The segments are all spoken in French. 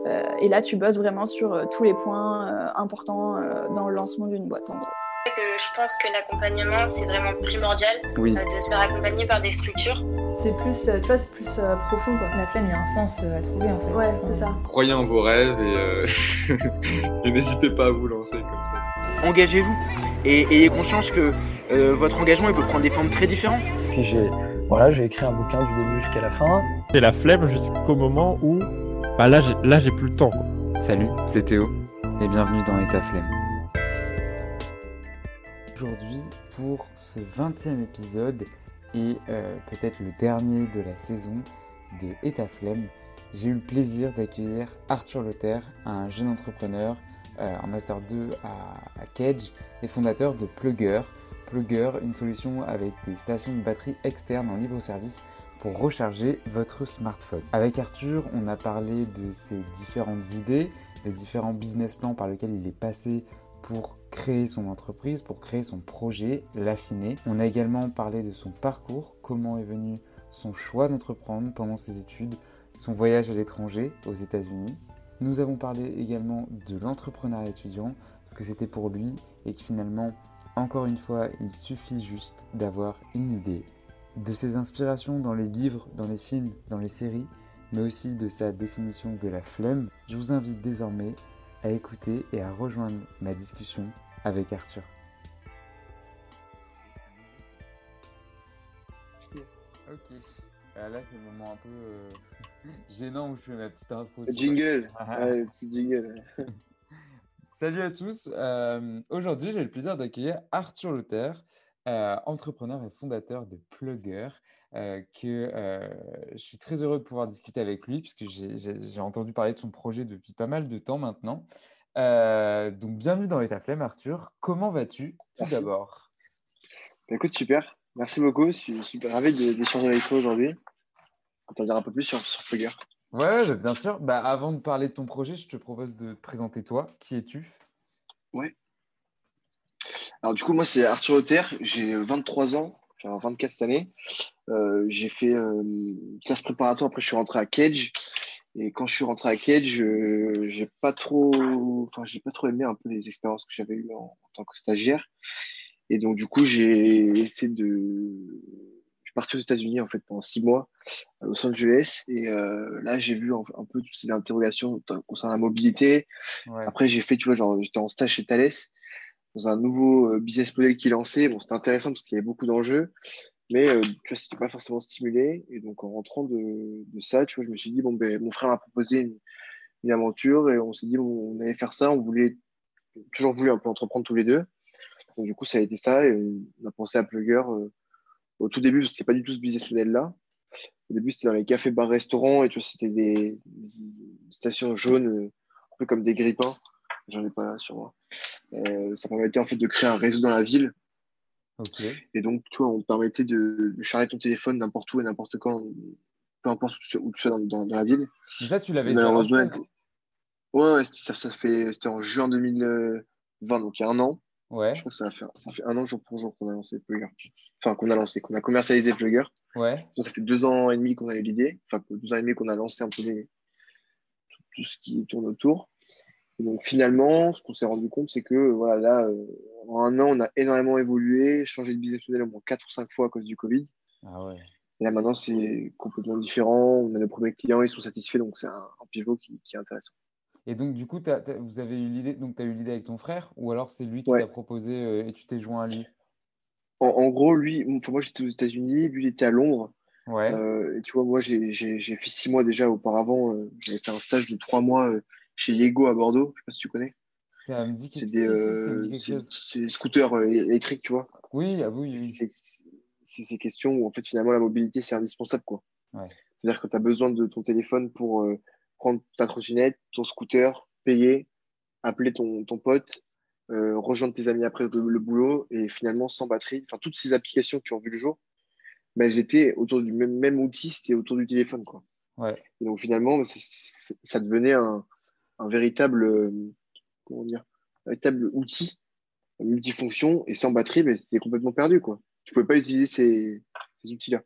Et là, tu bosses vraiment sur tous les points importants dans le lancement d'une boîte, en gros. Je pense que l'accompagnement, c'est vraiment primordial, Oui. De se faire accompagner par des structures. C'est plus, tu vois, c'est plus profond, quoi. La flemme, il y a un sens à trouver, en fait. Ouais, c'est ça. Croyez en vos rêves et, et n'hésitez pas à vous lancer comme ça. Engagez-vous et ayez conscience que votre engagement il peut prendre des formes très différentes. Puis j'ai écrit un bouquin du début jusqu'à la fin. J'ai la flemme jusqu'au moment où là j'ai plus le temps, quoi. Salut, c'est Théo et bienvenue dans État Flemme. Aujourd'hui, pour ce 20e épisode et peut-être le dernier de la saison de État Flemme, j'ai eu le plaisir d'accueillir Arthur Lothaire, un jeune entrepreneur en Master 2 à Kedge et fondateur de Plugger. Plugger, une solution avec des stations de batterie externes en libre service pour recharger votre smartphone. Avec Arthur, on a parlé de ses différentes idées, des différents business plans par lesquels il est passé pour créer son entreprise, pour créer son projet, l'affiner. On a également parlé de son parcours, comment est venu son choix d'entreprendre pendant ses études, son voyage à l'étranger, aux États-Unis. Nous avons parlé également de l'entrepreneuriat étudiant, ce que c'était pour lui et que finalement, encore une fois, il suffit juste d'avoir une idée. De ses inspirations dans les livres, dans les films, dans les séries, mais aussi de sa définition de la flemme, je vous invite désormais à écouter et à rejoindre ma discussion avec Arthur. Ok, là c'est le moment un peu gênant où je fais ma petite intro. Jingle, ouais, le petit jingle. Salut à tous, aujourd'hui j'ai le plaisir d'accueillir Arthur Lothaire, entrepreneur et fondateur de Plugger, je suis très heureux de pouvoir discuter avec lui puisque j'ai entendu parler de son projet depuis pas mal de temps maintenant. Donc bienvenue dans État Flemme Arthur, comment vas-tu tout d'abord? Écoute, super, merci beaucoup, je suis super ravi d'échanger avec toi aujourd'hui. On t'en dire un peu plus sur Plugger. Ouais, bien sûr. Avant de parler de ton projet, je te propose de te présenter toi. Qui es-tu? Ouais. Alors du coup, moi c'est Arthur Lothaire, j'ai 23 ans, j'ai 24 cette année. J'ai fait classe préparatoire, après je suis rentré à Kedge. Et quand je suis rentré à Kedge, j'ai pas trop aimé un peu les expériences que j'avais eues en tant que stagiaire. Et donc du coup, je suis parti aux États-Unis en fait pendant 6 mois à Los Angeles. Et là, j'ai vu un peu toutes ces interrogations concernant la mobilité. Ouais. Après, j'ai fait, tu vois, genre j'étais en stage chez Thales dans un nouveau business model qui lançait. Bon, c'était intéressant parce qu'il y avait beaucoup d'enjeux. Mais tu vois, c'était pas forcément stimulé. Et donc, en rentrant de ça, tu vois, je me suis dit, bon, ben, mon frère m'a proposé une aventure et on s'est dit, bon, on allait faire ça. Toujours voulu un peu entreprendre tous les deux. Donc, du coup, ça a été ça. Et on a pensé à Plugger au tout début, parce que c'était pas du tout ce business model-là. Au début, c'était dans les cafés, bars, restaurants. Et tu vois, c'était des stations jaunes, un peu comme des grippins. J'en ai pas là sur moi. Ça permettait en fait de créer un réseau dans la ville. Okay. Et donc, tu vois, on te permettait de charger ton téléphone n'importe où et n'importe quand, peu importe où tu sois dans la ville. Mais ça, tu l'avais déjà lancé, non? Ouais, c'était en juin 2020, donc il y a un an. Ouais. Je crois que ça fait un an jour pour jour qu'on a lancé Plugger. Enfin, qu'on a commercialisé Plugger. Ouais. Donc, ça fait 2 ans et demi qu'on a eu l'idée. Enfin, 2 ans et demi qu'on a lancé un peu tout ce qui tourne autour. Et donc, finalement, ce qu'on s'est rendu compte, c'est que, voilà, là, en un an, on a énormément évolué, changé de business model au moins 4 ou 5 fois à cause du Covid. Ah ouais. Et là, maintenant, c'est complètement différent. On a nos premiers clients, ils sont satisfaits, donc c'est un pivot qui est intéressant. Et donc, du coup, vous avez eu l'idée, donc tu as eu l'idée avec ton frère, ou alors c'est lui qui Ouais. t'a proposé et tu t'es joint à lui? En gros, moi, j'étais aux États-Unis, lui, il était à Londres. Ouais. Et tu vois, moi, j'ai fait 6 mois déjà auparavant. J'avais fait un stage de 3 mois chez Yego à Bordeaux. Je sais pas si tu connais. Ça me dit C'est ça me dit quelque chose. c'est des scooters électriques, tu vois. Oui, ah oui. C'est ces questions où, en fait, finalement, la mobilité, c'est indispensable, quoi. Ouais. C'est-à-dire que tu as besoin de ton téléphone pour prendre ta trottinette, ton scooter, payer, appeler ton pote, rejoindre tes amis après le boulot et finalement sans batterie. Enfin, toutes ces applications qui ont vu le jour, mais elles étaient autour du même outil, c'était autour du téléphone, quoi. Ouais. Et donc finalement, ça devenait un véritable, comment dire, un véritable outil multifonction et sans batterie, mais c'était complètement perdu, quoi. Tu pouvais pas utiliser ces outils-là.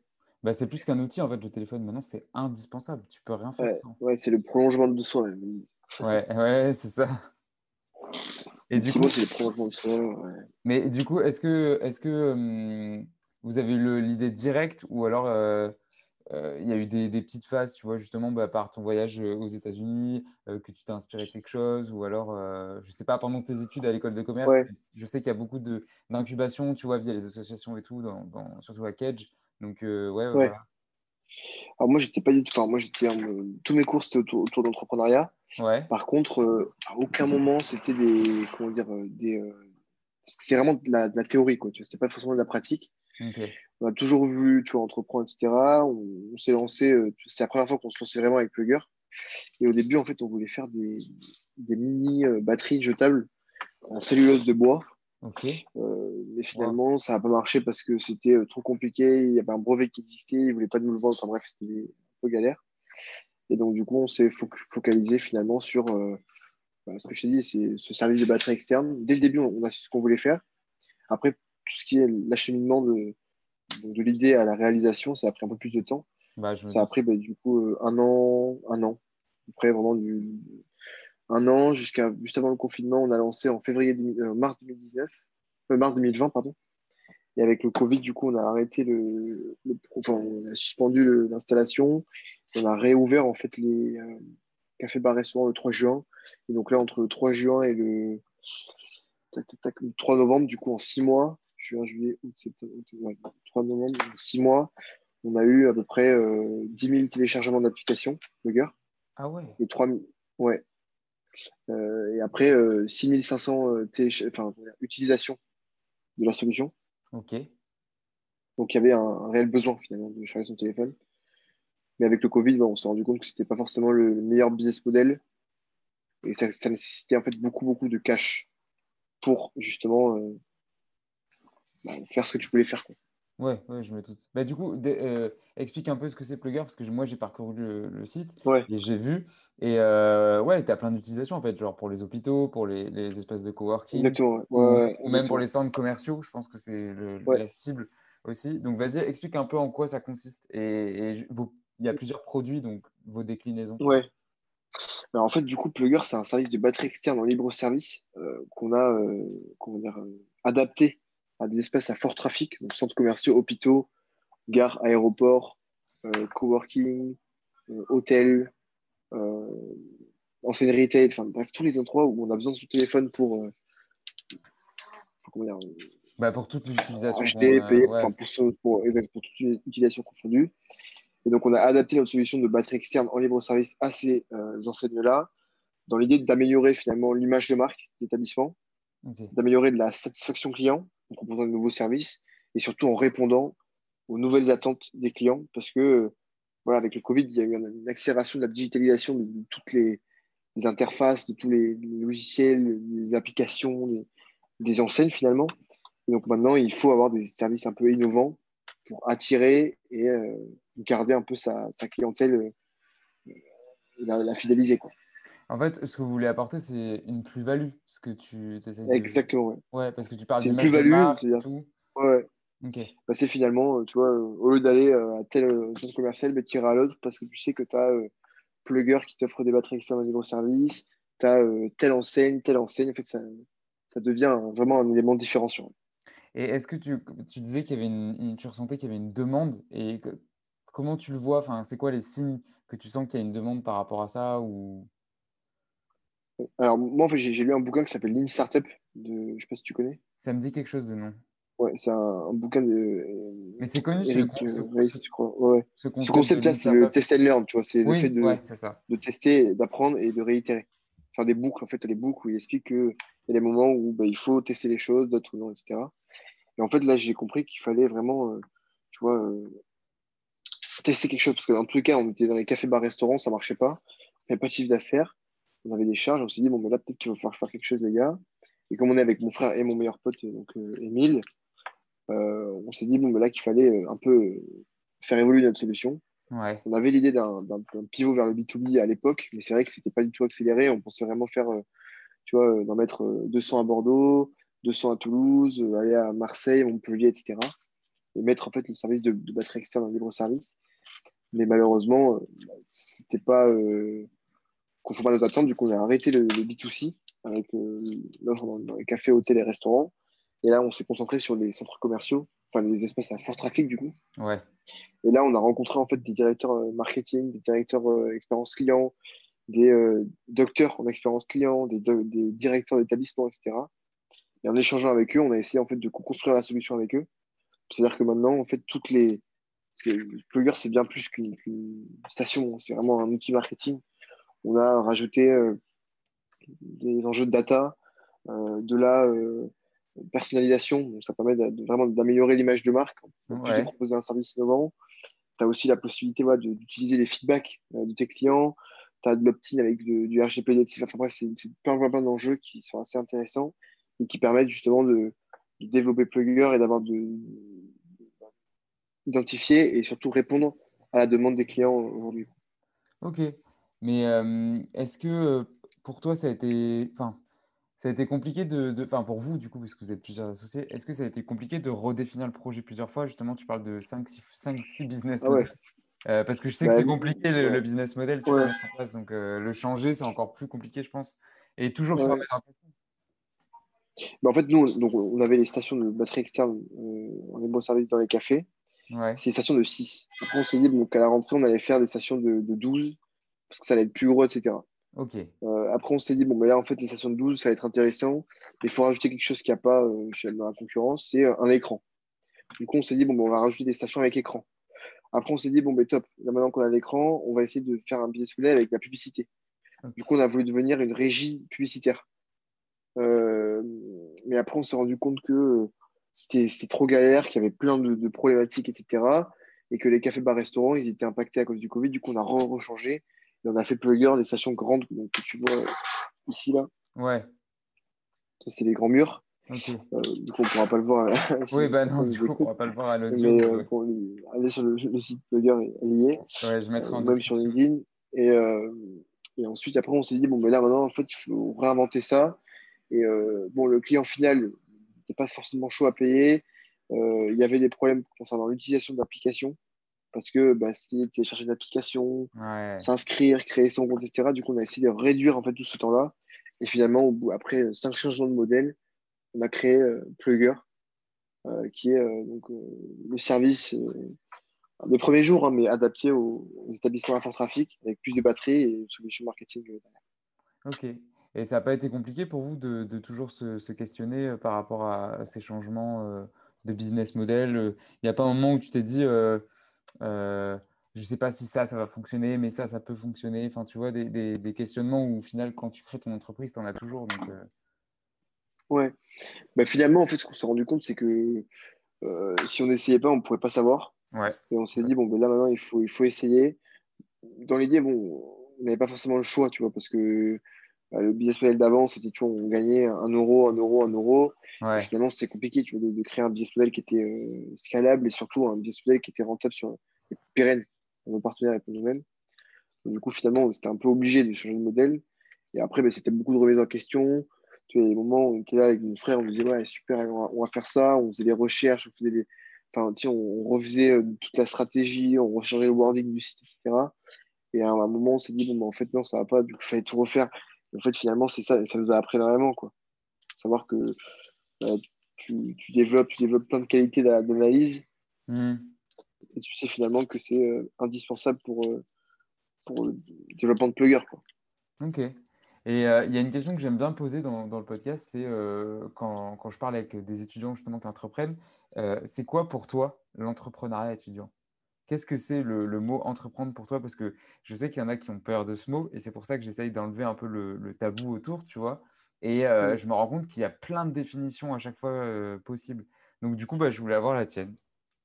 Bah, c'est plus qu'un outil, en fait, le téléphone. Maintenant, c'est indispensable. Tu peux rien faire sans. Ouais, c'est le prolongement de soi, même. Ouais, ouais, c'est ça. Et du Ultimement, coup, c'est le prolongement de soi. Ouais. mais du coup, est-ce que vous avez eu l'idée directe ou alors il y a eu des petites phases, tu vois, justement, bah, par ton voyage aux États-Unis, que tu t'es inspiré de quelque chose, ou alors, je sais pas, pendant tes études à l'école de commerce, Ouais, je sais qu'il y a beaucoup d'incubation, tu vois, via les associations et tout, surtout à Cage. Donc, ouais, ouais, ouais. voilà. Alors moi, j'étais pas du tout. Enfin, moi, tous mes cours, c'était autour d'entrepreneuriat. Ouais, Par contre, à aucun moment, c'était des. Comment dire c'était vraiment de la théorie, quoi. Tu vois, c'était pas forcément de la pratique. ok. On a toujours vu, tu vois, entreprendre, etc. On s'est lancé. C'était la première fois qu'on se lançait vraiment avec Plugger. Et au début, en fait, on voulait faire des mini batteries jetables en cellulose de bois. Ok. Mais Wow. finalement, ça n'a pas marché parce que c'était trop compliqué. Il y avait un brevet qui existait, ils ne voulaient pas nous le vendre. Enfin bref, c'était un peu galère. Et donc, du coup, on s'est focalisé finalement sur ce que je t'ai dit, c'est ce service de batterie externe. Dès le début, on a su ce qu'on voulait faire. Après, tout ce qui est l'acheminement de l'idée à la réalisation, ça a pris un peu plus de temps. Bah, je me Ça a doute. pris bah, du coup un an. Après, vraiment un an jusqu'à juste avant le confinement, on a lancé en mars 2019, mars 2020, pardon. Et avec le Covid, du coup, on a arrêté enfin, on a suspendu l'installation. On a réouvert en fait les cafés, bars, restaurants le 3 juin. Et donc là, entre le 3 juin et le 3 novembre, du coup, en 6 mois, juin, juillet, août, septembre, ouais, 3 novembre, en 6 mois, on a eu à peu près 10 000 téléchargements d'applications, Blogger, Ah ouais. et 3 000, ouais, et après 6 500 enfin, utilisations de la solution. Ok. Donc il y avait un réel besoin finalement de charger son téléphone. Mais avec le Covid, on s'est rendu compte que c'était pas forcément le meilleur business model et ça nécessitait en fait beaucoup, beaucoup de cash pour justement faire ce que tu voulais faire, quoi. Ouais, ouais, je me doute. Bah, du coup, explique un peu ce que c'est Plugger, parce que moi, j'ai parcouru le site Ouais, et j'ai vu. Et ouais, tu as plein d'utilisations, en fait, genre pour les hôpitaux, pour les espaces de coworking, exactement. Ouais, ou, ouais, ouais, ou même pour les exactement. centres commerciaux. Je pense que c'est Ouais, la cible aussi. Donc, vas-y, explique un peu en quoi ça consiste. Il y a plusieurs produits, donc vos déclinaisons. ouais. Alors, en fait, du coup, Plugger, c'est un service de batterie externe en libre service qu'on a comment dire, adapté à des espaces à fort trafic, donc centres commerciaux, hôpitaux, gares, aéroports, coworking, hôtels, euh, enseigne retail, enfin bref, tous les endroits où on a besoin de son téléphone pour, comment dire, Bah, pour toute l'utilisation qu'on acheter, a. payer, Ouais, enfin pour toute une utilisation confondue. Et donc, on a adapté notre solution de batterie externe en libre service à ces enseignes-là, dans l'idée d'améliorer finalement l'image de marque de l'établissement, ok. d'améliorer de la satisfaction client en proposant de nouveaux services et surtout en répondant aux nouvelles attentes des clients parce que voilà, avec le Covid, il y a eu une accélération de la digitalisation de toutes les interfaces, de tous les logiciels, les applications, des enseignes finalement. Et donc maintenant, il faut avoir des services un peu innovants pour attirer et garder un peu sa clientèle et la fidéliser, quoi. En fait, ce que vous voulez apporter, c'est une plus-value. Ce que tu essayes de. Exactement, ouais. Ouais, parce que tu parles C'est une d'image de plus-value, marque et c'est-à-dire, tout. ouais, Ok. bah, c'est finalement, tu vois, au lieu d'aller à tel centre commercial, mais tirer à l'autre parce que tu sais que tu as Plugger qui t'offre des batteries externes à niveau service, tu as telle enseigne, en fait, ça devient vraiment un élément différenciant. Et est-ce que tu disais qu'il y avait tu ressentais qu'il y avait une demande et comment tu le vois? Enfin, c'est quoi les signes que tu sens qu'il y a une demande par rapport à ça ou Alors, moi, en fait, j'ai lu un bouquin qui s'appelle Lean Startup, je sais pas si tu connais. ça me dit quelque chose de non. Ouais, c'est un bouquin de Mais c'est connu Eric Ries, je crois. Ouais, ouais. ce Ce concept de concept-là, Lean c'est le Startup. test and learn, tu vois, c'est le fait Oui, ouais, de, c'est ça. de tester, d'apprendre et de réitérer. Faire des boucles, en fait, t'as des boucles où il explique qu'il y a des moments où bah, il faut tester les choses, d'autres non, etc. Et en fait, là, j'ai compris qu'il fallait vraiment, tu vois, tester quelque chose. Parce que dans tous les cas, on était dans les cafés, bars, restaurants, ça marchait pas. On n'avait pas de chiffre d'affaires. On avait des charges. On s'est dit, bon, mais là, peut-être qu'il va falloir faire quelque chose, les gars. Et comme on est avec mon frère et mon meilleur pote, donc Émile, on s'est dit, bon, mais là, qu'il fallait un peu faire évoluer notre solution. Ouais. On avait l'idée d'un pivot vers le B2B à l'époque, mais c'est vrai que c'était pas du tout accéléré. On pensait vraiment faire, tu vois, d'en mettre 200 à Bordeaux, 200 à Toulouse, aller à Marseille, Montpellier, etc. et mettre en fait le service de batterie externe en libre service. Mais malheureusement, c'était pas conforme à nos attentes. Du coup, on a arrêté le B2C avec l'offre dans les cafés, hôtels et restaurants. Et là, on s'est concentré sur les centres commerciaux, enfin les espaces à fort trafic du coup. Ouais. Et là, on a rencontré en fait des directeurs marketing, des directeurs expérience client, des docteurs en expérience client, des directeurs d'établissement, etc. Et en échangeant avec eux, on a essayé en fait de construire la solution avec eux. C'est-à-dire que maintenant, en fait, parce que Plugger, c'est bien plus qu'une station, c'est vraiment un outil marketing. On a rajouté des enjeux de data, de la personnalisation. Donc ça permet vraiment d'améliorer l'image de marque, en plus de proposer un service innovant. Tu as aussi la possibilité d'utiliser les feedbacks de tes clients. Tu as de l'opt-in avec du RGPD, etc. Enfin bref, c'est plein d'enjeux qui sont assez intéressants et qui permettent justement de développer Plugger et d'identifier et surtout répondre à la demande des clients aujourd'hui. Ok. Mais est-ce que pour toi, ça a été compliqué enfin, pour vous, du coup, parce que vous êtes plusieurs associés, est-ce que ça a été compliqué de redéfinir le projet plusieurs fois? Justement, tu parles de 5-6 business Ah ouais, models. Parce que je sais que bah, c'est compliqué le ouais, business model, tu vois, à ouais, mettre en place. Donc, le changer, c'est encore plus compliqué, je pense. Et toujours se ouais. remettre en question. Bah, en fait, nous, donc, on avait les stations de batterie externe en libre service dans les cafés. Ouais, C'est des stations de 6. Après, on s'est dit qu'à la rentrée, on allait faire des stations de 12 parce que ça allait être plus gros, etc. ok. Après, on s'est dit, bon, mais là, en fait, les stations de 12, ça va être intéressant. Mais il faut rajouter quelque chose qu'il n'y a pas dans la concurrence, c'est un écran. Du coup, on s'est dit, bon, on va rajouter des stations avec écran. Après, on s'est dit, bon, mais top. Là, maintenant qu'on a l'écran, on va essayer de faire un business model avec la publicité. Du coup, on a voulu devenir une régie publicitaire. Euh, mais après, on s'est rendu compte que c'était trop galère, qu'il y avait plein de problématiques, etc. Et que les cafés, bars, restaurants, ils étaient impactés à cause du Covid. Du coup, on a rechangé. Et on a fait Plugger, des stations grandes, donc, que tu vois ici, là. Ouais, Ça, c'est les grands murs. ok. Du coup, on ne pourra pas le voir Oui, si bah non, quelqu'un du nous coup, on écoute. va pas le voir à l'audio, Mais mais ouais. pour aller sur le site Plugger, elle y est. Ouais, je mettrai en Ou même sur description. LinkedIn. Et, euh, et ensuite, après, on s'est dit, bon, mais là, maintenant, en fait, il faut réinventer ça. Et bon, le client final n'était pas forcément chaud à payer. Il y avait des problèmes concernant l'utilisation d'applications parce que bah, c'était télécharger une application, Ouais, s'inscrire, créer son compte, etc. Du coup, on a essayé de réduire en fait tout ce temps-là. Et finalement, après 5 changements de modèle, on a créé Plugger, qui est le service des premiers jours, hein, mais adapté aux établissements à fort trafic, avec plus de batterie et une solution marketing derrière. ok. Et ça n'a pas été compliqué pour vous de toujours se questionner par rapport à ces changements de business model? Il n'y a pas un moment où tu t'es dit, euh, je ne sais pas si ça va fonctionner, mais ça peut fonctionner. Enfin, tu vois, des questionnements où au final, quand tu crées ton entreprise, tu en as toujours. Donc, Ouais. Bah, finalement, en fait, ce qu'on s'est rendu compte, c'est que si on n'essayait pas, on ne pouvait pas savoir. ouais. Et on s'est dit, bon, ben là, maintenant, il faut essayer. Dans l'idée, bon, on n'avait pas forcément le choix, tu vois, parce que le business model d'avant, c'était, tu vois, on gagnait 1 euro, 1 euro, 1 euro. Et Ouais. finalement, c'était compliqué, tu vois, de créer un business model qui était scalable et surtout un business model qui était rentable et pérenne pour nos partenaires et pour nous-mêmes. Donc, du coup, finalement, c'était un peu obligé de changer de modèle. Et après, ben, c'était beaucoup de remises en question. Tu vois, il y a des moments où on était là avec mon frère, on disait, ouais, super, on va faire ça. On faisait des recherches, enfin, tu sais, on refaisait toute la stratégie, on rechangeait le wording du site, etc. Et à un moment, on s'est dit, bon, ben, en fait, non, ça va pas, du coup, il fallait tout refaire. Et en fait, finalement, c'est ça, et ça nous a appris énormément, quoi. Savoir que euh, tu développes plein de qualités d'analyse Hmm. et tu sais finalement que c'est indispensable pour le développement de Plugger, quoi. Ok. Et il y a une question que j'aime bien poser dans le podcast, c'est quand je parle avec des étudiants justement qui entreprennent, c'est quoi pour toi l'entrepreneuriat étudiant? Qu'est-ce que c'est le mot entreprendre pour toi? Parce que je sais qu'il y en a qui ont peur de ce mot et c'est pour ça que j'essaye d'enlever un peu le tabou autour, tu vois. Et Mm. je me rends compte qu'il y a plein de définitions à chaque fois possibles. Donc du coup, bah, je voulais avoir la tienne.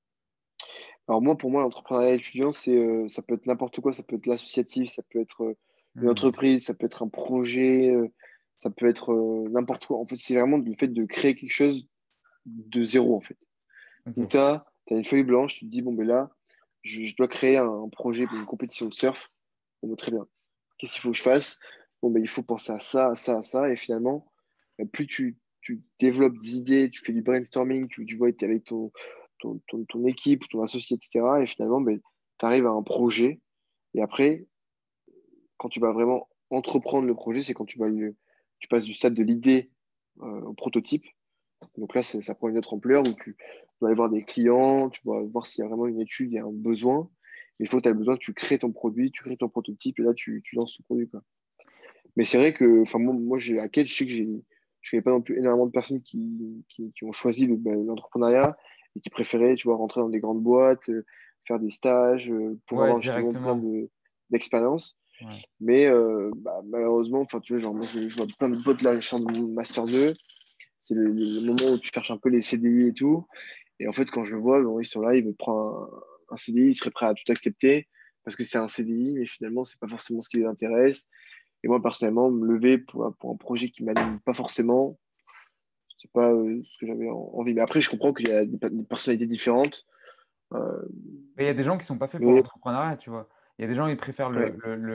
Alors moi, pour moi, l'entrepreneuriat étudiant, ça peut être n'importe quoi, ça peut être l'associatif, ça peut être une Hmm. entreprise, ça peut être un projet, ça peut être n'importe quoi. En fait, c'est vraiment le fait de créer quelque chose de zéro, en fait. Où Ok. tu as une feuille blanche, tu te dis, bon, ben là, je dois créer un projet pour une compétition de surf. Bon, ben, très bien. Qu'est-ce qu'il faut que je fasse? Bon, ben, il faut penser à ça, à ça, à ça. Et finalement, plus tu développes des idées, tu fais du brainstorming, tu vois, t'es avec ton équipe, ton associé, etc. Et finalement, ben, tu arrives à un projet. Et après, quand tu vas vraiment entreprendre le projet, c'est quand tu passes du stade de l'idée au prototype. Donc là, ça prend une autre ampleur où tu dois aller voir des clients, tu vas voir s'il y a vraiment une étude, il y a un besoin. Il faut que tu as le besoin, tu crées ton produit, tu crées ton prototype et là, tu lances ton produit, quoi. Mais c'est vrai que enfin, moi à Quête, je sais que je connais pas non plus énormément de personnes qui ont choisi l'entrepreneuriat et qui préféraient, tu vois, rentrer dans des grandes boîtes, faire des stages pour Ouais, avoir justement plein directement. d'expériences. Ouais. Mais malheureusement, enfin, tu vois, genre, moi, je vois plein de potes là, je sors de mon Master 2. C'est le moment où tu cherches un peu les CDI et tout. Et en fait, quand je le vois, bon, ils sont là, ils veulent prendre un CDI, ils seraient prêts à tout accepter parce que c'est un CDI, mais finalement, c'est pas forcément ce qui les intéresse. Et moi, personnellement, me lever pour un projet qui m'anime pas forcément, c'est pas ce que j'avais envie. Mais après, je comprends qu'il y a des personnalités différentes. Euh, Mais il y a des gens qui sont pas faits pour mais l'entrepreneuriat, tu vois. Il y a des gens qui préfèrent ouais,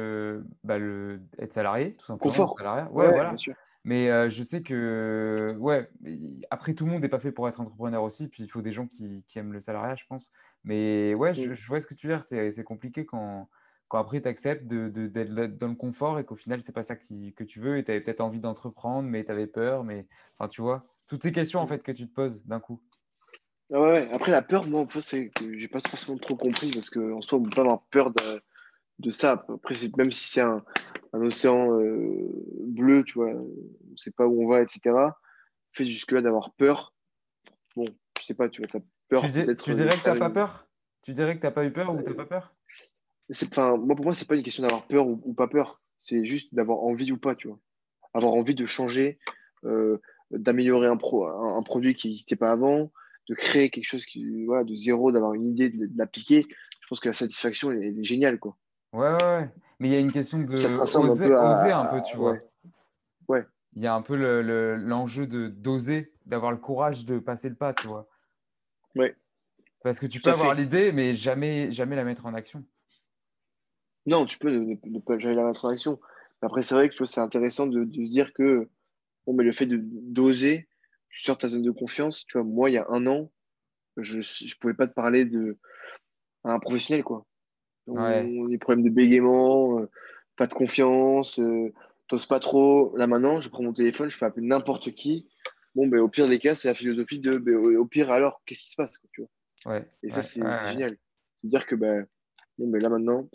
être salarié, tout simplement, le confort. salariat. Ouais, Ouais, bien voilà. sûr. Mais je sais que, ouais, après, tout le monde n'est pas fait pour être entrepreneur aussi. Puis il faut des gens qui aiment le salariat, je pense. Mais ouais, Mm. je vois ce que tu veux dire. C'est compliqué quand après tu acceptes d'être dans le confort et qu'au final, c'est pas ça que tu veux. Et tu avais peut-être envie d'entreprendre, mais tu avais peur. Mais enfin, tu vois, toutes ces questions en Mm. fait que tu te poses d'un coup. Ah ouais, ouais. Après, la peur, moi, en fait, c'est que j'ai pas forcément trop compris parce qu'en soi, on peut pas avoir peur de ça. Après, même si c'est un océan bleu, tu vois, on sait pas où on va, etc. Fait jusque-là d'avoir peur, bon, je sais pas, tu vois, t'as peur Tu peut-être de dirais que faire t'as pas une. peur? Tu dirais que t'as pas eu peur ou t'as pas peur? Enfin, moi, pour moi, c'est pas une question d'avoir peur ou pas peur. C'est juste d'avoir envie ou pas, tu vois. Avoir envie de changer, euh, d'améliorer un produit qui n'existait pas avant, de créer quelque chose voilà, de zéro, d'avoir une idée, de l'appliquer. Je pense que la satisfaction, elle est géniale, quoi. Ouais, ouais, ouais. Mais il y a une question Ça de se rassemble un peu oser un peu, tu ouais, vois. ouais, Il y a un peu l'enjeu de d'oser, d'avoir le courage de passer le pas, tu vois. ouais, Parce que tu tout peux à avoir fait. l'idée, mais jamais la mettre en action. Non, tu peux ne pas jamais la mettre en action. Mais après, c'est vrai que tu vois, c'est intéressant de se dire que bon, mais le fait d'oser, tu sors de ta zone de confiance. Tu vois, moi, il y a un an, je pouvais pas te parler à un professionnel, quoi. Ouais, Des problèmes de bégaiement, pas de confiance, t'oses pas trop. Là, maintenant, je prends mon téléphone, je peux appeler n'importe qui. Bon, ben, au pire des cas, c'est la philosophie de, ben, au pire, alors, qu'est-ce qui se passe, quoi, tu vois. ouais, Et ça, ouais, ouais, c'est ouais. génial. C'est dire que, ben, bon, ben, là, maintenant,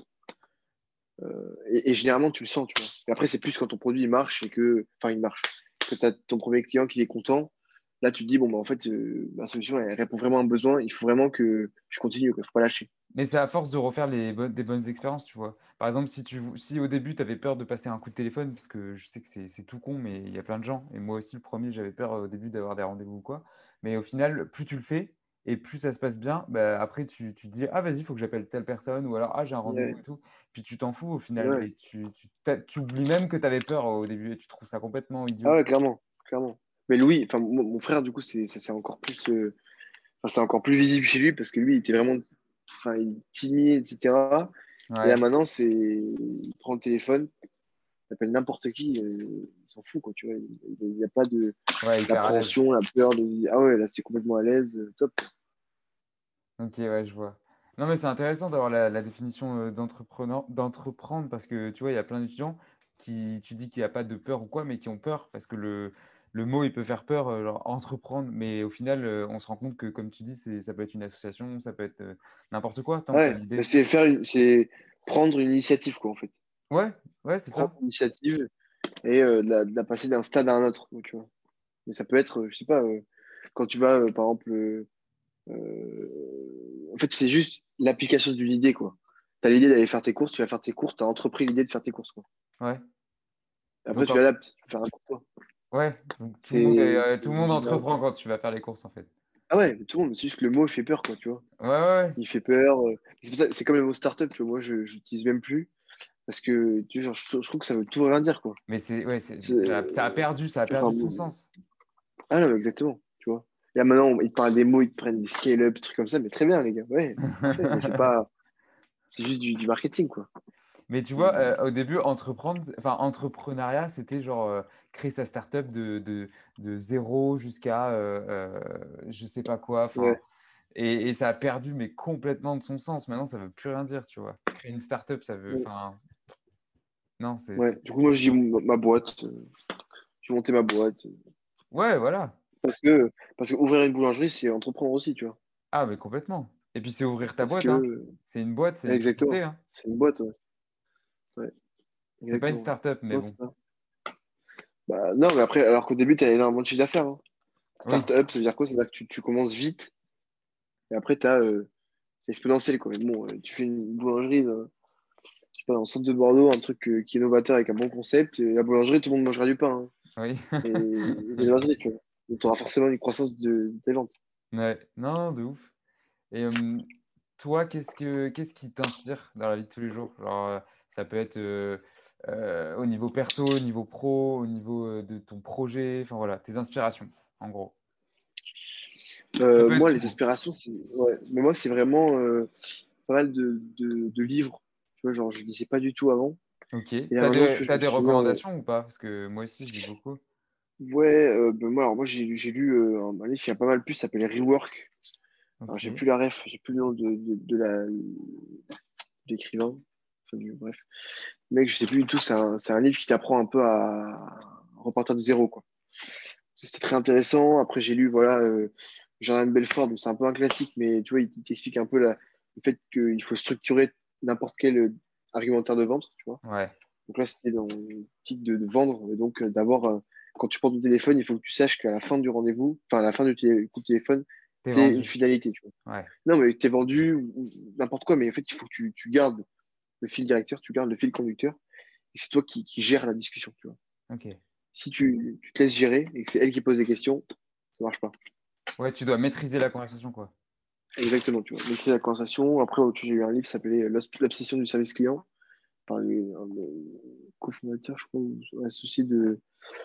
et généralement, tu le sens, tu vois. Et après, c'est plus quand ton produit, il marche enfin, il marche. Que tu as ton premier client qui est content. Là, tu te dis, bon, bah, en fait, ma solution, elle répond vraiment à un besoin. Il faut vraiment que je continue, quoi. Faut pas lâcher. Mais c'est à force de refaire des bonnes expériences, tu vois. Par exemple, si au début, tu avais peur de passer un coup de téléphone, parce que je sais que c'est tout con, mais il y a plein de gens, et moi aussi, le premier, j'avais peur au début d'avoir des rendez-vous ou quoi. Mais au final, plus tu le fais, et plus ça se passe bien, bah, après, tu te dis, ah, vas-y, il faut que j'appelle telle personne, ou alors, ah, j'ai un rendez-vous Ouais, et tout. Puis tu t'en fous au final, ouais. et tu oublies même que tu avais peur au début, et tu trouves ça complètement Ah idiot. ouais, clairement, clairement. Mais Louis, enfin, mon frère, du coup, c'est encore plus, enfin, c'est encore plus visible chez lui parce que lui, il était vraiment, enfin, il est timide, etc. Et là, Ouais, maintenant, il prend le téléphone, il appelle n'importe qui, il s'en fout, quoi, tu vois. Il n'y a pas ouais, hyper à l'aise. l'appréhension, la peur de, ah ouais, là, c'est complètement à l'aise, top. Ok, ouais, je vois. Non, mais c'est intéressant d'avoir la définition d'entreprendre parce que tu vois, il y a plein d'étudiants tu dis qu'il n'y a pas de peur ou quoi, mais qui ont peur parce que le mot, il peut faire peur, genre entreprendre, mais au final, on se rend compte que, comme tu dis, ça peut être une association, ça peut être n'importe quoi tant que tu as Ouais, mais l'idée. c'est prendre une initiative, quoi, en fait. Ouais, ouais, c'est Prendre ça. une initiative et de la passer d'un stade à un autre, tu vois. Mais ça peut être, je sais pas, quand tu vas, par exemple, en fait, c'est juste l'application d'une idée, quoi. Tu as l'idée d'aller faire tes courses, tu vas faire tes courses, tu as entrepris l'idée de faire tes courses, quoi. Ouais. Après, Donc, tu l'adaptes, tu peux faire un coup, quoi. ouais, donc tout le monde Général. entreprend quand tu vas faire les courses, en fait. Ah ouais, tout le monde, c'est juste que le mot, il fait peur, quoi, tu vois. Ouais, ouais, ouais. Il fait peur. C'est comme le mot startup, tu vois. Moi, je l'utilise même plus parce que, tu vois, genre, je trouve que ça veut tout rien dire, quoi. Mais ouais, ça a Tu vois, perdu enfin, son sens. ah non, mais exactement, tu vois. Et là, maintenant, ils te parlent des mots, ils te prennent des scale-up, des trucs comme ça, mais très bien, les gars, ouais, parfait, mais c'est pas, c'est juste du marketing, quoi. Mais tu vois, au début, entrepreneuriat, c'était genre créer sa startup de zéro jusqu'à je sais pas quoi. Enfin, Ouais, Et ça a perdu, mais complètement de son sens. Maintenant, ça veut plus rien dire, tu vois. Créer une start-up, ça veut. Ouais. Enfin, non, c'est. Ouais. Du coup, moi, je dis ma boîte. Je vais monter ma boîte. Ouais, voilà. Parce que ouvrir une boulangerie, c'est entreprendre aussi, tu vois. Ah, mais complètement. Et puis, c'est ouvrir ta Parce boîte, hein. que, C'est une boîte, c'est ouais, une société, exactement. hein. C'est une boîte, ouais. Ouais, C'est pas une exactement. start-up, mais Non, c'est bon. ça. Bah, non, mais après, alors qu'au début, tu as énormément de chiffre d'affaires. Hein. Oui, Start-up, ça veut dire quoi? Ça veut dire que tu commences vite et après, c'est exponentiel, quoi. Mais bon, tu fais une boulangerie, je sais pas, dans le centre de Bordeaux, un truc qui est novateur avec un bon concept. Et la boulangerie, tout le monde mangera du pain. Hein. oui. Et vice-versa, tu vois. Donc, tu auras forcément une croissance de tes ventes. Ouais, non, de ouf. Et toi, qu'est-ce qui t'inspire dans la vie de tous les jours? Genre, ça peut être au niveau perso, au niveau pro, au niveau de ton projet, enfin voilà, tes inspirations, en gros. Ça peut être Moi, les tout. aspirations, c'est. Ouais. Mais moi, c'est vraiment pas mal de livres. Tu vois, genre, je lisais pas du tout avant. Ok. Et là, maintenant, tu vois, je T'as me des suis mis recommandations ou pas? Parce que moi aussi, je lis beaucoup. Ouais, moi, j'ai lu un livre qui a pas mal plu, ça s'appelle Rework. Alors, Ok. j'ai plus la ref, j'ai plus le nom de l'écrivain. Enfin, bref. Mec, je sais plus du tout, c'est un livre qui t'apprend un peu à repartir de zéro, quoi. C'était très intéressant. Après, j'ai lu, voilà, Jordan Belfort, donc c'est un peu un classique, mais tu vois, il t'explique un peu le fait qu'il faut structurer n'importe quel argumentaire de vente, tu vois. Ouais. Donc là, c'était dans l'optique de vendre, et donc d'avoir, quand tu prends ton téléphone, il faut que tu saches qu'à la fin du rendez-vous, enfin, à la fin du coup de téléphone, T'es tu une vendu. finalité, tu vois. Ouais. Non, mais t'es vendu ou n'importe quoi, mais en fait, il faut que tu gardes le fil directeur, tu gardes le fil conducteur, et c'est toi qui gères la discussion, tu vois. Ok. Si tu te laisses gérer et que c'est elle qui pose les questions, ça marche pas. Ouais, tu dois maîtriser la conversation, quoi. Exactement, tu vois. Maîtriser la conversation. Après, j'ai eu un livre qui s'appelait L'obsession du service client par un cofondateur, je crois, ou associé de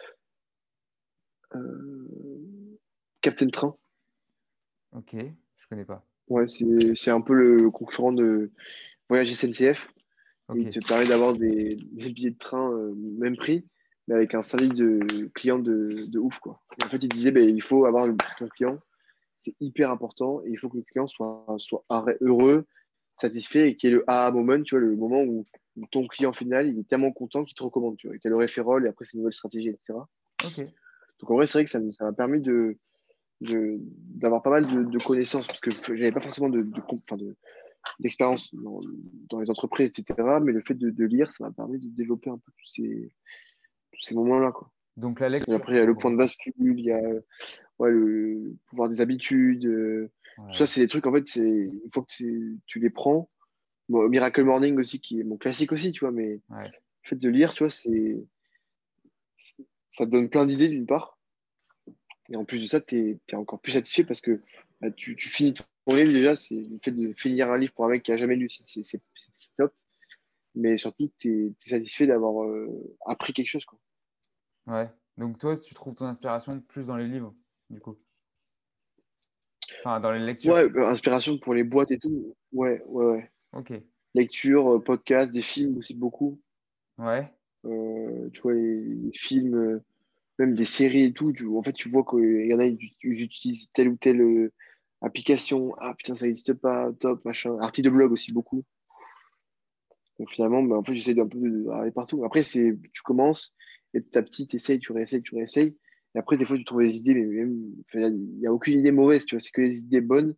euh, Captain Train. Ok. Je connais pas. Ouais, c'est un peu le concurrent de Voyage SNCF. Et Ok. il te permet d'avoir des billets de train même prix, mais avec un service de client de ouf, quoi. Et en fait, il disait, ben, il faut avoir ton client, c'est hyper important, et il faut que le client soit heureux, satisfait, et qu'il y ait le aha moment, tu vois, le moment où ton client final, il est tellement content qu'il te recommande, tu vois. Il a le référol, et après, c'est une nouvelle stratégie, etc. Ok. Donc, en vrai, c'est vrai que ça m'a permis d'avoir pas mal de connaissances, parce que j'avais pas forcément d'expérience dans les entreprises, etc. Mais le fait de lire, ça m'a permis de développer un peu tous ces moments-là, quoi. Donc la Et lecture, après, il y a en le point de gros. bascule, il y a ouais, le pouvoir des habitudes. Tout ça, Ouais. c'est des trucs, en fait, une fois que tu les prends. Bon, Miracle Morning aussi, qui est mon classique aussi, tu vois, mais le Ouais. fait de lire, tu vois, ça te donne plein d'idées d'une part. Et en plus de ça, t'es encore plus satisfait parce que bah, tu finis ton livre déjà. C'est le fait de finir un livre pour un mec qui a jamais lu, c'est top. Mais surtout, t'es satisfait d'avoir appris quelque chose, quoi. Ouais. Donc toi, tu trouves ton inspiration plus dans les livres, du coup. Enfin, dans les lectures. Ouais, inspiration pour les boîtes et tout. Ouais, ouais, ouais. Ok. Lecture, podcast, des films aussi beaucoup. Ouais. Tu vois, les films, même des séries et tout. En fait, tu vois qu'il y en a, ils utilisent telle ou telle application. Ah putain, ça n'existe pas, top, machin. Articles de blog aussi beaucoup. Donc finalement, bah, en fait, j'essaie d'un peu d'aller partout. Après, tu commences et petit à petit, tu essayes, tu réessayes, tu réessayes. Et après, des fois, tu trouves des idées, mais même, enfin, il n'y a aucune idée mauvaise, tu vois, c'est que des idées bonnes.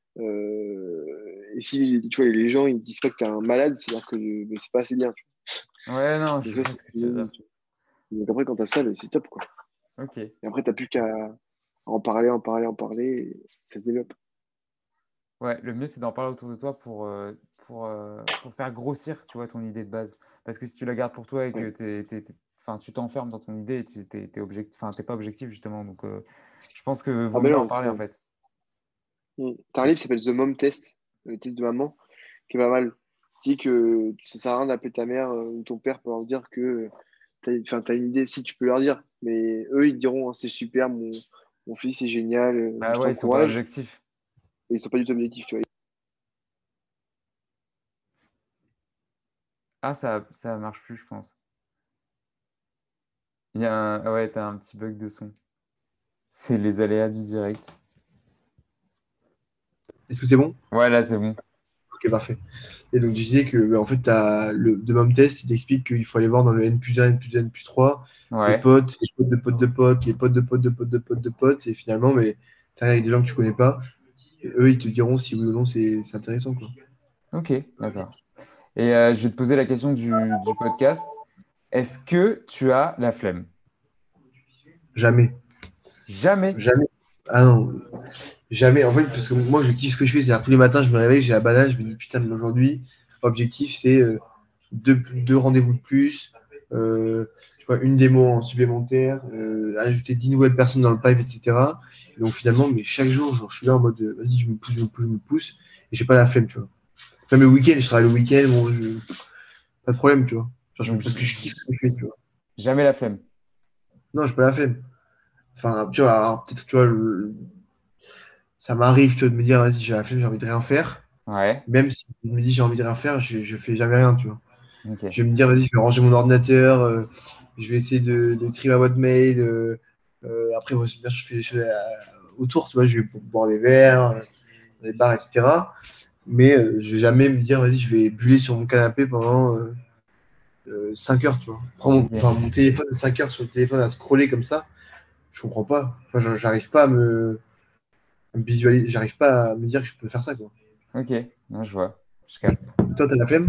Et si, tu vois, les gens, ils disent pas que t'es un malade, c'est-à-dire que mais c'est pas assez bien, tu Ouais, non, vois. je Donc ça, vois ce que tu veux dire. donc après, quand t'as ça, mais c'est top, quoi. Ok. Et après, t'as plus qu'à en parler, en parler, en parler, et ça se développe. Ouais, le mieux, c'est d'en parler autour de toi pour faire grossir, tu vois, ton idée de base. Parce que si tu la gardes pour toi et que Ouais. enfin, tu t'enfermes dans ton idée et enfin, t'es pas objectif, justement. Donc, je pense que Ah vaut ben mieux en non, parler, en fait. T'as un livre qui s'appelle The Mom Test, le test de maman, qui est pas mal. Qui dit que ça sert à rien d'appeler ta mère ou ton père pour leur dire que t'as une idée, si tu peux leur dire. Mais eux, ils te diront, hein, c'est super, mon fils est génial, Bah je ouais, ils sont pas t'encourage. objectifs. Et ils sont pas du tout objectifs, tu vois. Ah, ça marche plus, je pense. Ouais, t'as un petit bug de son. C'est les aléas du direct. Est-ce que c'est bon? Ouais, là, c'est bon. Ok, parfait. Et donc, je disais que, en fait, t'as le Demom Test, il t'explique qu'il faut aller voir dans le N+1, N+2, N+3, les Ouais. potes, les potes de potes de potes, les potes de potes de potes de potes de potes, et finalement, mais t'arrives avec des gens que tu connais pas, et eux, ils te diront si oui ou non c'est intéressant, quoi. Ok, d'accord. Et je vais te poser la question du podcast. Est-ce que tu as la flemme? Jamais. Jamais. Jamais. Ah non, jamais. En fait, parce que moi, je kiffe ce que je fais. C'est-à-dire, tous les matins, je me réveille, j'ai la banane, je me dis, putain, mais aujourd'hui, objectif, c'est deux rendez-vous de plus, tu vois, une démo en supplémentaire, ajouter 10 nouvelles personnes dans le pipe, etc. Et donc, finalement, mais chaque jour, genre, je suis là en mode, vas-y, je me pousse, je me pousse, je me pousse, et j'ai pas la flemme, tu vois. Même le week-end, je travaille le week-end, bon, pas de problème, tu vois. Genre, Donc, parce que je kiffe ce que je fais, tu vois. jamais la flemme. Non, j'ai pas la flemme. Enfin, tu vois, alors, peut-être, tu vois, ça m'arrive, tu vois, de me dire, vas-y, j'ai la flemme, j'ai envie de rien faire. Ouais. Même si je me dis j'ai envie de rien faire, je fais jamais rien, tu vois. Ok. Je vais me dire, vas-y, je vais ranger mon ordinateur, je vais essayer de trier ma boîte mail. Après, moi, bien sûr, je fais autour, tu vois, je vais boire des verres, dans des bars, etc. Mais je vais jamais me dire, vas-y, je vais buller sur mon canapé pendant 5 heures, tu vois. Ok. Enfin, mon téléphone, 5 heures sur le téléphone à scroller comme ça, je comprends pas. Enfin, j'arrive pas à me visualiser, j'arrive pas à me dire que je peux faire ça, quoi. Ok. Non, je vois. Je capte. Toi, t'as la flemme?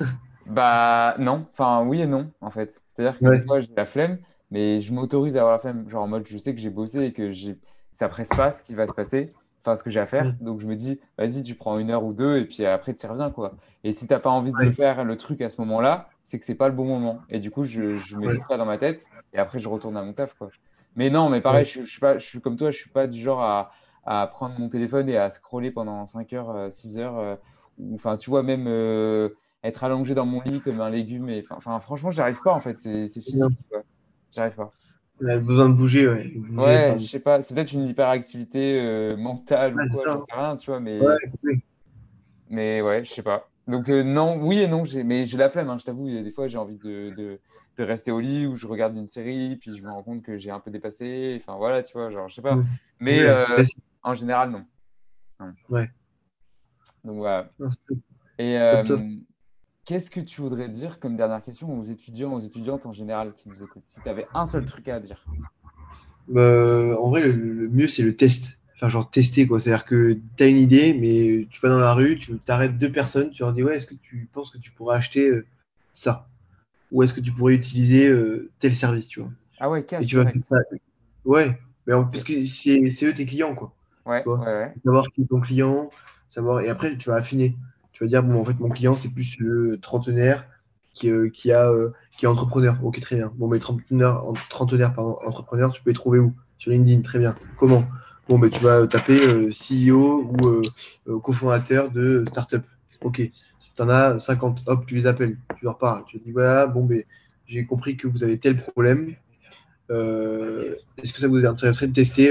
Bah non, enfin oui et non en fait. C'est-à-dire que des Ouais. fois j'ai la flemme, mais je m'autorise à avoir la flemme. Genre en mode je sais que j'ai bossé et que ça presse pas ce qui va se passer, enfin ce que j'ai à faire. Mm. Donc je me dis vas-y tu prends 1 heure ou 2 et puis après tu y reviens quoi. Et si t'as pas envie de le Ouais. faire le truc à ce moment-là, c'est que c'est pas le bon moment. Et du coup je me Ouais. dis ça dans ma tête et après je retourne à mon taf quoi. Mais non, mais pareil, Ouais. je suis pas, je suis comme toi, je suis pas du genre à prendre mon téléphone et à scroller pendant 5 heures, 6 heures. Ou enfin tu vois même. Être allongé dans mon lit comme un légume. Et, enfin, franchement, j'arrive pas en fait. C'est physique, quoi. J'arrive pas. On a besoin de bouger, ouais. De bouger, Ouais, enfin, je sais pas. C'est peut-être une hyperactivité mentale ou ouais, c'est quoi, ça, j'en hein. sais rien, tu vois. Ouais, oui. Mais ouais, je sais pas. Donc, non, oui et non. Mais j'ai la flemme, hein, je t'avoue. Il y a des fois, j'ai envie de rester au lit ou je regarde une série, puis je me rends compte que j'ai un peu dépassé. Enfin, voilà, tu vois, genre, je sais pas. Mm. Mais Ouais, classique. en général, non. Non. Ouais. Donc, voilà. Non, c'est top, Et top, top. qu'est-ce que tu voudrais dire comme dernière question aux étudiants, aux étudiantes en général qui nous écoutent? Si tu avais un seul truc à dire. En vrai, le mieux, c'est le test. Enfin, genre tester, quoi. C'est-à-dire que tu as une idée, mais tu vas dans la rue, tu t'arrêtes deux personnes, tu leur dis, ouais, est-ce que tu penses que tu pourrais acheter ça? Ou est-ce que tu pourrais utiliser tel service, tu vois? Ah ouais, Et cash tu vas faire direct. ça. Ouais, mais parce Ok. que c'est eux tes clients, quoi. Ouais, Tu vois? ouais, ouais. Savoir qui est ton client, savoir. Et après, tu vas affiner. Tu vas dire, bon, en fait, mon client, c'est plus le trentenaire qui est entrepreneur. Ok, très bien. Bon, mais trentenaire, pardon, entrepreneur, tu peux les trouver où? Sur LinkedIn, très bien. Comment? Bon, ben, tu vas taper CEO ou cofondateur de startup. Ok. Tu en as 50. Hop, tu les appelles. Tu leur parles. Tu leur dis, voilà, bon, ben, j'ai compris que vous avez tel problème. Est-ce que ça vous intéresserait de tester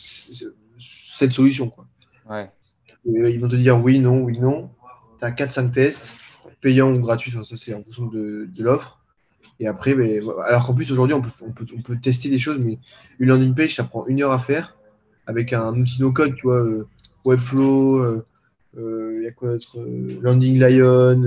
cette solution, quoi? Ouais. Ils vont te dire oui, non, oui, non. Tu as 4-5 tests, payants ou gratuits, enfin, ça c'est en fonction de l'offre. Et après, alors qu'en plus aujourd'hui, on peut tester des choses, mais une landing page, ça prend 1 heure à faire avec un outil no-code, tu vois, Webflow, il y a quoi d'autre, Landing Lion,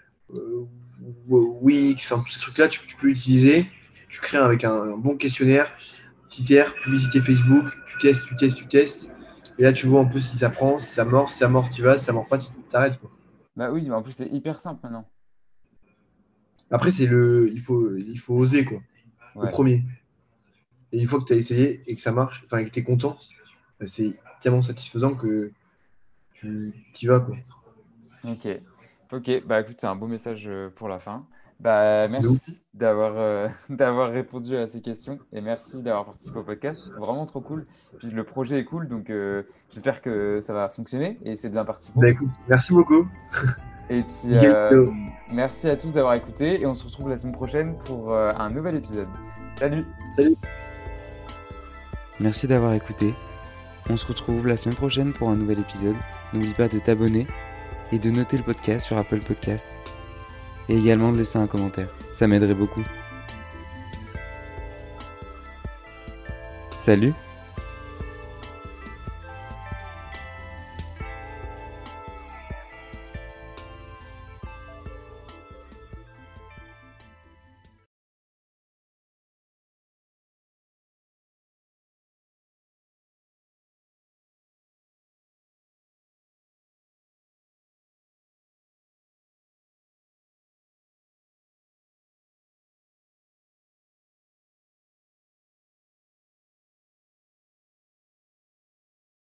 Wix, enfin tous ces trucs-là, tu peux utiliser. Tu crées avec un bon questionnaire, petit R, publicité Facebook, tu testes, tu testes, tu testes. Et là, tu vois un peu si ça prend, si ça mord, tu vas, si ça mord pas, tu t'arrêtes, quoi. Bah oui, mais en plus, c'est hyper simple maintenant. Après, il faut oser, quoi, le Ouais. premier. Et une fois que tu as essayé et que ça marche, enfin, et que tu es content, bah, c'est tellement satisfaisant que tu y vas, quoi. Ok. Ok, bah écoute, c'est un beau message pour la fin. Bah De ouf. merci d'avoir d'avoir répondu à ces questions et merci d'avoir participé au podcast. Vraiment trop cool. Puis le projet est cool, donc j'espère que ça va fonctionner et c'est bien parti Bah pour. écoute, merci beaucoup. Et puis Nickel. merci à tous d'avoir écouté et on se retrouve la semaine prochaine pour un nouvel épisode. Salut! Salut. Merci d'avoir écouté. On se retrouve la semaine prochaine pour un nouvel épisode. N'oublie pas de t'abonner et de noter le podcast sur Apple Podcast. Et également de laisser un commentaire. Ça m'aiderait beaucoup. Salut!